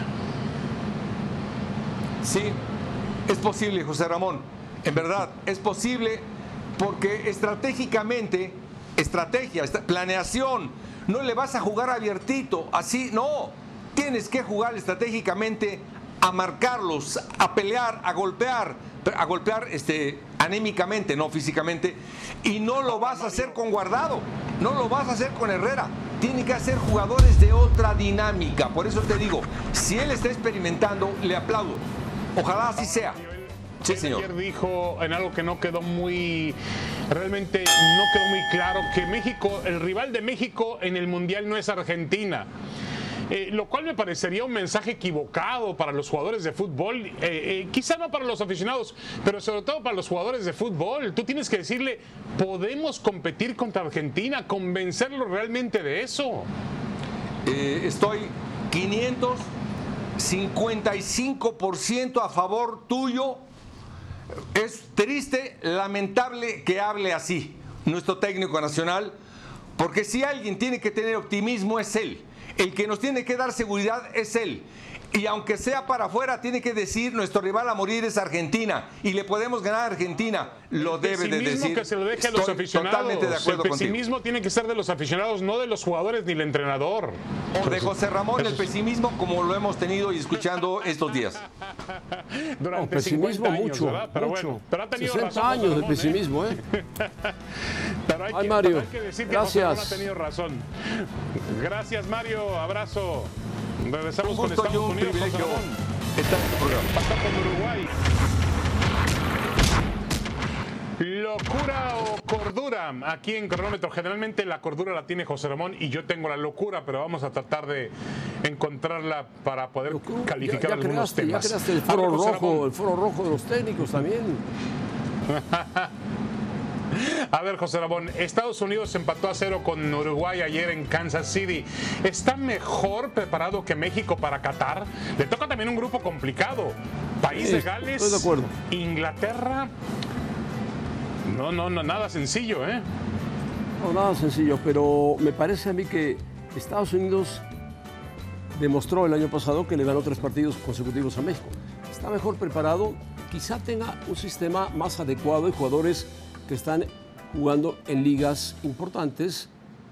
Sí, es posible, José Ramón. En verdad, es posible porque estratégicamente, estrategia, planeación, no le vas a jugar abiertito, así, no. Tienes que jugar estratégicamente a marcarlos, a pelear, a golpear, a golpear este, anémicamente, no físicamente, y no lo vas a hacer con Guardado, no lo vas a hacer con Herrera. Tienen que hacer jugadores de otra dinámica. Por eso te digo, si él está experimentando, le aplaudo. Ojalá así sea. Sí, señor. Ayer dijo en algo que no quedó muy, realmente no quedó muy claro, que México, el rival de México en el Mundial no es Argentina. Eh, lo cual me parecería un mensaje equivocado para los jugadores de fútbol, eh, eh, quizá no para los aficionados, pero sobre todo para los jugadores de fútbol. Tú tienes que decirle, podemos competir contra Argentina, convencerlos realmente de eso. Eh, estoy quinientos cincuenta y cinco por ciento a favor tuyo. Es triste, lamentable que hable así, nuestro técnico nacional, porque si alguien tiene que tener optimismo es él. El que nos tiene que dar seguridad es él. Y aunque sea para afuera, tiene que decir, nuestro rival a morir es Argentina y le podemos ganar a Argentina. Lo debe de decir. Que se lo deje a los aficionados. Totalmente de acuerdo el pesimismo contigo. tiene que ser de los aficionados, no de los jugadores ni el entrenador. O de José Ramón, el pesimismo, como lo hemos tenido y escuchando estos días. Durante no, pesimismo años, mucho, ¿verdad? Pero mucho. Bueno, pero ha tenido sesenta razón, años Ramón, de pesimismo, ¿eh? ¿eh? pero, hay Ay, que, Mario, pero hay que decir que gracias. José Ramón ha tenido razón. Gracias, Mario. Abrazo. Regresamos con Estados un Unidos. privilegio estar en tu programa. Pasar con Uruguay. ¿Locura o cordura? Aquí en Cronómetro, generalmente la cordura la tiene José Ramón y yo tengo la locura, pero vamos a tratar de encontrarla para poder locura. calificar ya, ya algunos creaste, temas. Ya creaste el foro rojo, el foro rojo de los técnicos también. A ver, José Ramón, Estados Unidos empató a cero con Uruguay ayer en Kansas City. ¿Está mejor preparado que México para Qatar? Le toca también un grupo complicado. País sí, de Gales, estoy de acuerdo. Inglaterra. No, no, no, nada sencillo, ¿eh? No, nada sencillo, pero me parece a mí que Estados Unidos demostró el año pasado que le ganó tres partidos consecutivos a México. Está mejor preparado, quizá tenga un sistema más adecuado y jugadores que están jugando en ligas importantes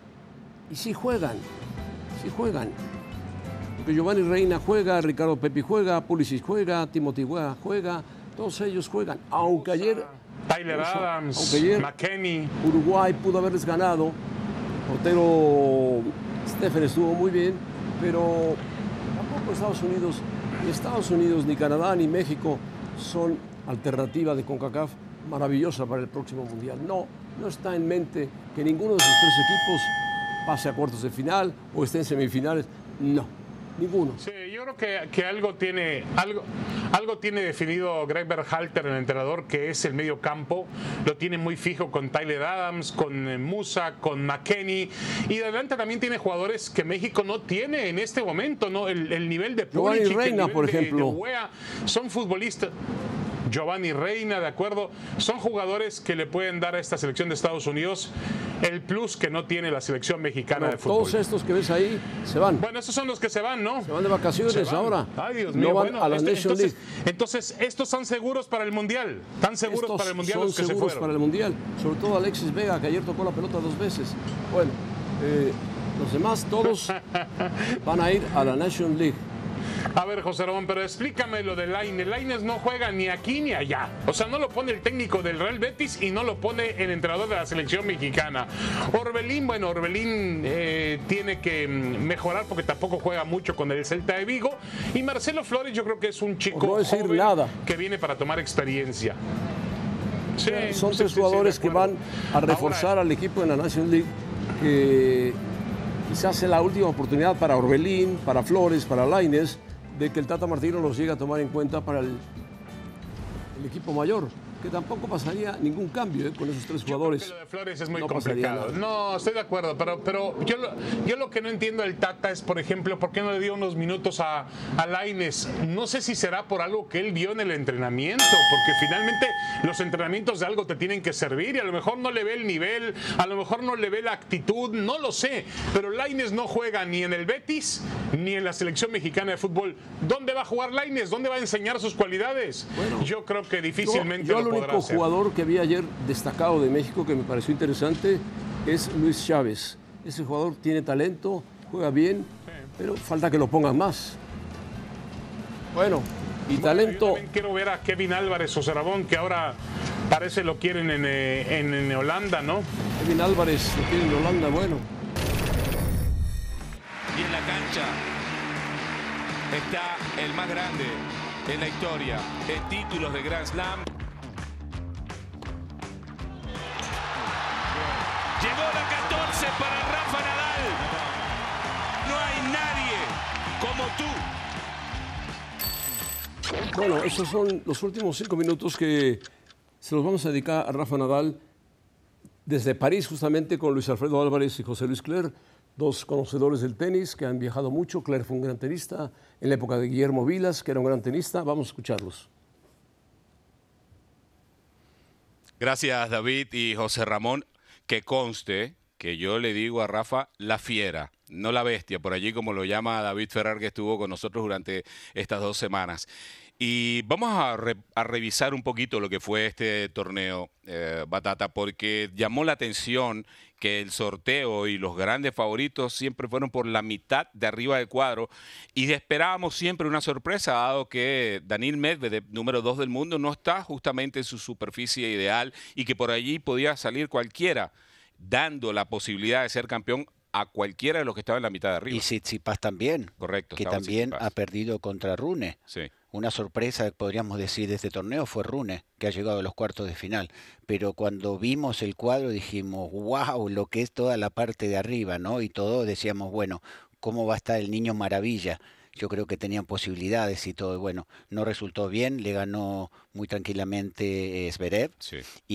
y sí juegan, sí juegan. Porque Giovanni Reina juega, Ricardo Pepi juega, Pulisic juega, Timothy Weah juega, todos ellos juegan. Aunque ayer, Tyler Adams, aunque ayer McKennie, Uruguay pudo haberles ganado, el portero Stephen estuvo muy bien, pero tampoco Estados Unidos, ni Estados Unidos, ni Canadá, ni México son alternativa de CONCACAF maravillosa para el próximo Mundial. No, no está en mente que ninguno de esos tres equipos pase a cuartos de final o esté en semifinales. No, ninguno. Sí, yo creo que, que algo tiene algo, algo tiene definido Greg Berhalter, el entrenador, que es el medio campo. Lo tiene muy fijo con Tyler Adams, con Musa, con McKennie. Y de adelante también tiene jugadores que México no tiene en este momento, ¿no? El, el nivel de Giovanni Reina, por ejemplo. De, de Weah, son futbolistas. Giovanni Reina, de acuerdo, son jugadores que le pueden dar a esta selección de Estados Unidos el plus que no tiene la selección mexicana Bueno, de fútbol. todos estos que ves ahí se van. Bueno, esos son los que se van, ¿no? Se van de vacaciones van. ahora. Ay, Dios no mío. van Bueno, a la este, Nation entonces, League. entonces, estos están seguros para el Mundial. Están seguros Estos para el Mundial son los que se seguros fueron. para el Mundial. Sobre todo Alexis Vega, que ayer tocó la pelota dos veces. Bueno, eh, los demás todos van a ir a la Nation League. A ver, José Ramón, pero explícame lo de Lainez. Lainez no juega ni aquí ni allá. O sea, no lo pone el técnico del Real Betis y no lo pone el entrenador de la selección mexicana. Orbelín, bueno, Orbelín eh, tiene que mejorar porque tampoco juega mucho con el Celta de Vigo. Y Marcelo Flores yo creo que es un chico no decir joven nada. que viene para tomar experiencia. Sí, Son sí, tres sí, jugadores sí, que van a reforzar Ahora, al equipo en la Nation League, que quizás sea la última oportunidad para Orbelín, para Flores, para Lainez, de que el Tata Martino los llegue a tomar en cuenta para el, el equipo mayor, que tampoco pasaría ningún cambio eh, con esos tres jugadores. Yo creo que lo de Flores es muy no complicado. No, estoy de acuerdo, pero, pero yo, lo, yo lo que no entiendo del Tata es, por ejemplo, ¿por qué no le dio unos minutos a, a Lainez? No sé si será por algo que él vio en el entrenamiento, porque finalmente los entrenamientos de algo te tienen que servir y a lo mejor no le ve el nivel, a lo mejor no le ve la actitud, no lo sé, pero Lainez no juega ni en el Betis ni en la selección mexicana de fútbol. ¿Dónde va a jugar Lainez? ¿Dónde va a enseñar sus cualidades? Bueno, yo creo que difícilmente yo, yo lo el único hacer. jugador que vi ayer destacado de México que me pareció interesante es Luis Chávez. Ese jugador tiene talento, juega bien, sí, pero falta que lo pongan más. Bueno, y bueno, talento. Yo también quiero ver a Kevin Álvarez, José Ramón, que ahora parece lo quieren en, en, en Holanda, ¿no? Kevin Álvarez lo quieren en Holanda, bueno. Y en la cancha está el más grande en la historia en títulos de Grand Slam. Llegó la catorce para Rafa Nadal. No hay nadie como tú. Bueno, esos son los últimos cinco minutos que se los vamos a dedicar a Rafa Nadal desde París, justamente con Luis Alfredo Álvarez y José Luis Cler, dos conocedores del tenis que han viajado mucho. Cler fue un gran tenista en la época de Guillermo Vilas, que era un gran tenista. Vamos a escucharlos. Gracias, David y José Ramón. que conste que yo le digo a Rafa la fiera, no la bestia, por allí como lo llama David Ferrer, que estuvo con nosotros durante estas dos semanas. Y vamos a, re, a revisar un poquito lo que fue este torneo, eh, Batata, porque llamó la atención que el sorteo y los grandes favoritos siempre fueron por la mitad de arriba del cuadro y esperábamos siempre una sorpresa, dado que Daniil Medvedev, número dos del mundo, no está justamente en su superficie ideal y que por allí podía salir cualquiera, dando la posibilidad de ser campeón a cualquiera de los que estaban en la mitad de arriba. Y Tsitsipas también, correcto, que también Tsitsipas. ha perdido contra Rune. Sí. Una sorpresa, podríamos decir, de este torneo fue Rune, que ha llegado a los cuartos de final. Pero cuando vimos el cuadro dijimos, wow, lo que es toda la parte de arriba, ¿no? Y todos decíamos, bueno, ¿cómo va a estar el niño maravilla? Yo creo que tenían posibilidades y todo. Bueno, no resultó bien, le ganó muy tranquilamente eh, Zverev Sí.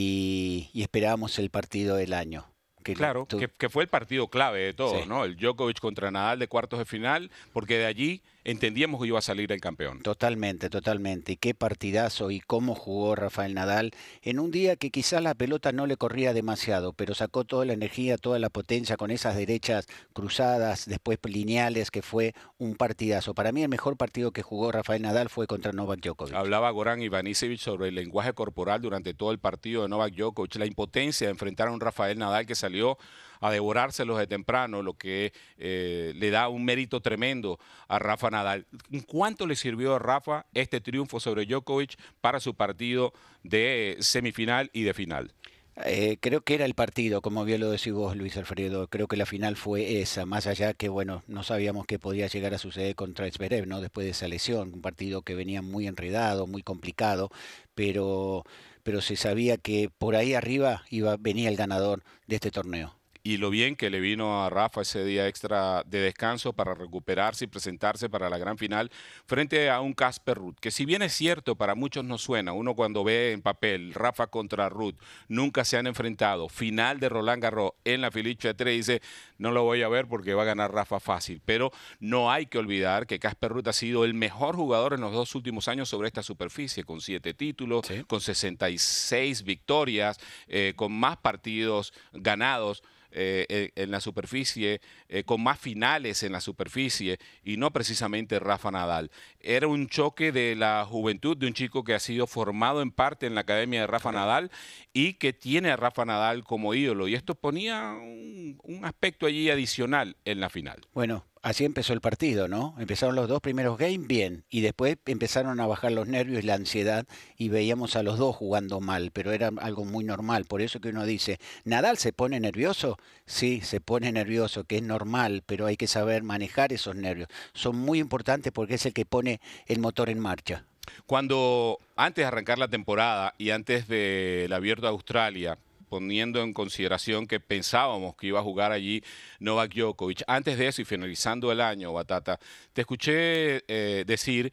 y, y esperábamos el partido del año. Que Claro, tú- que, que fue el partido clave de todo, Sí. ¿no? El Djokovic contra Nadal de cuartos de final, porque de allí entendíamos que iba a salir el campeón. Totalmente, totalmente. Y qué partidazo y cómo jugó Rafael Nadal en un día que quizás la pelota no le corría demasiado, pero sacó toda la energía, toda la potencia con esas derechas cruzadas, después lineales, que fue un partidazo. Para mí el mejor partido que jugó Rafael Nadal fue contra Novak Djokovic. Hablaba Goran Ivanisevic sobre el lenguaje corporal durante todo el partido de Novak Djokovic, la impotencia de enfrentar a un Rafael Nadal que salió a devorárselos de temprano, lo que eh, le da un mérito tremendo a Rafa Nadal. ¿Cuánto le sirvió a Rafa este triunfo sobre Djokovic para su partido de semifinal y de final? Eh, creo que era el partido, como bien lo decís vos, Luis Alfredo. Creo que la final fue esa, más allá que, bueno, no sabíamos qué podía llegar a suceder contra Zverev, ¿no? Después de esa lesión, un partido que venía muy enredado, muy complicado, pero, pero se sabía que por ahí arriba iba, venía el ganador de este torneo. Y lo bien que le vino a Rafa ese día extra de descanso para recuperarse y presentarse para la gran final frente a un Casper Ruud, que si bien es cierto, para muchos no suena, uno cuando ve en papel Rafa contra Ruud, nunca se han enfrentado, final de Roland Garros en la Philippe Chatrier, dice, no lo voy a ver porque va a ganar Rafa fácil, pero no hay que olvidar que Casper Ruud ha sido el mejor jugador en los dos últimos años sobre esta superficie, con siete títulos, Sí. con sesenta y seis victorias, eh, con más partidos ganados Eh, en la superficie, eh, con más finales en la superficie y no precisamente Rafa Nadal. Era un choque de la juventud de un chico que ha sido formado en parte en la academia de Rafa Nadal y que tiene a Rafa Nadal como ídolo y esto ponía un, un aspecto allí adicional en la final. Bueno, así empezó el partido, ¿no? Empezaron los dos primeros games bien y después empezaron a bajar los nervios y la ansiedad y veíamos a los dos jugando mal, pero era algo muy normal. Por eso que uno dice, ¿Nadal se pone nervioso? Sí, se pone nervioso, que es normal, pero hay que saber manejar esos nervios. Son muy importantes porque es el que pone el motor en marcha. Cuando antes de arrancar la temporada y antes del Abierto de Australia, poniendo en consideración que pensábamos que iba a jugar allí Novak Djokovic, antes de eso y finalizando el año, Batata, te escuché eh, decir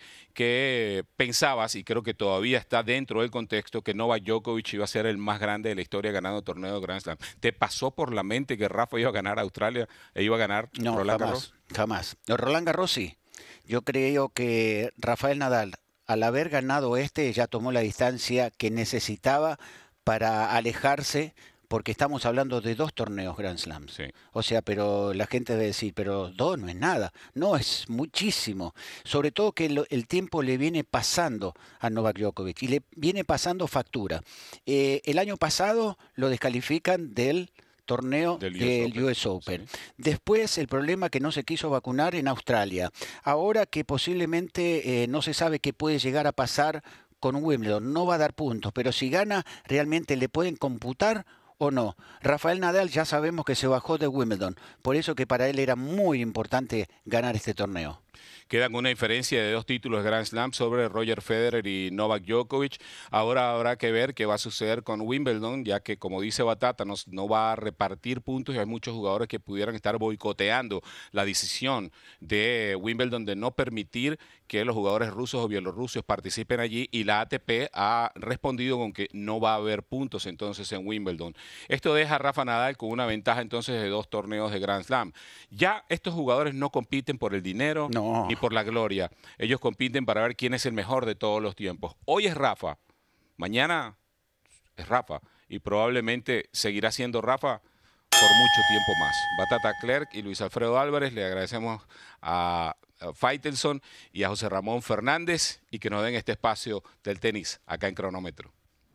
que pensabas, y creo que todavía está dentro del contexto, que Novak Djokovic iba a ser el más grande de la historia ganando torneo de Grand Slam. ¿Te pasó por la mente que Rafa iba a ganar Australia e iba a ganar No, Roland jamás, Garros? jamás. No, Roland Garros sí. Yo creo que Rafael Nadal, al haber ganado este, ya tomó la distancia que necesitaba para alejarse, porque estamos hablando de dos torneos Grand Slam. Sí. O sea, pero la gente debe decir, pero dos no es nada. No, es muchísimo. Sobre todo que lo, el tiempo le viene pasando a Novak Djokovic y le viene pasando factura. Eh, el año pasado lo descalifican del torneo Del del U S U S Open. Open. Sí. Después el problema que no se quiso vacunar en Australia. Ahora que posiblemente eh, no se sabe qué puede llegar a pasar con Wimbledon, no va a dar puntos, pero si gana, realmente le pueden computar o no. Rafael Nadal ya sabemos que se bajó de Wimbledon, por eso que para él era muy importante ganar este torneo. Quedan una diferencia de dos títulos de Grand Slam sobre Roger Federer y Novak Djokovic. Ahora habrá que ver qué va a suceder con Wimbledon, ya que, como dice Batata, no, no va a repartir puntos y hay muchos jugadores que pudieran estar boicoteando la decisión de Wimbledon de no permitir que los jugadores rusos o bielorrusos participen allí, y la A T P ha respondido con que no va a haber puntos entonces en Wimbledon. Esto deja a Rafa Nadal con una ventaja entonces de dos torneos de Grand Slam. Ya estos jugadores no compiten por el dinero No. ni por la gloria. Ellos compiten para ver quién es el mejor de todos los tiempos. Hoy es Rafa, mañana es Rafa y probablemente seguirá siendo Rafa por mucho tiempo más. Batata Clerc y Luis Alfredo Álvarez, le agradecemos a Faitelson y a José Ramón Fernández y que nos den este espacio del tenis acá en Cronómetro.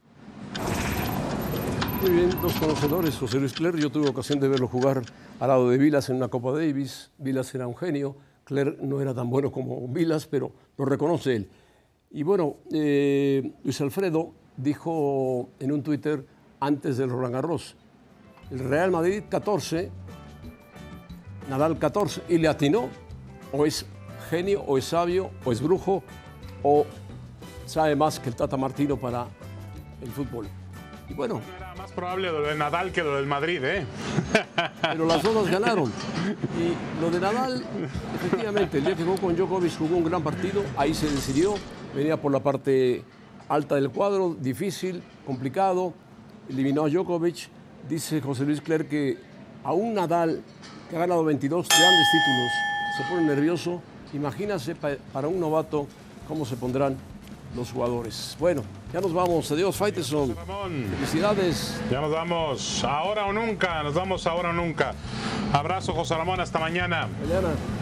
Muy bien, dos conocedores, José Luis Clerc, yo tuve ocasión de verlo jugar al lado de Vilas en una Copa Davis. Vilas era un genio, Clerc no era tan bueno como Vilas, pero lo reconoce él. Y bueno, eh, Luis Alfredo dijo en un Twitter antes del Roland Garros, el Real Madrid catorce, Nadal catorce, y le atinó. O es genio, o es sabio, o es brujo, o sabe más que el Tata Martino para el fútbol. Y bueno, era más probable lo de Nadal que lo del Madrid, ¿eh? Pero las dos las ganaron. Y lo de Nadal, efectivamente, el día que jugó con Djokovic jugó un gran partido, ahí se decidió, venía por la parte alta del cuadro, difícil, complicado, eliminó a Djokovic. Dice José Luis Clerc que a un Nadal que ha ganado veintidós grandes títulos se pone nervioso. Imagínase pa para un novato cómo se pondrán los jugadores. Bueno, ya nos vamos. Adiós, Faitelson. Felicidades. Ya nos vamos. Ahora o nunca. Nos vamos ahora o nunca. Abrazo, José Ramón. Hasta mañana. Mañana.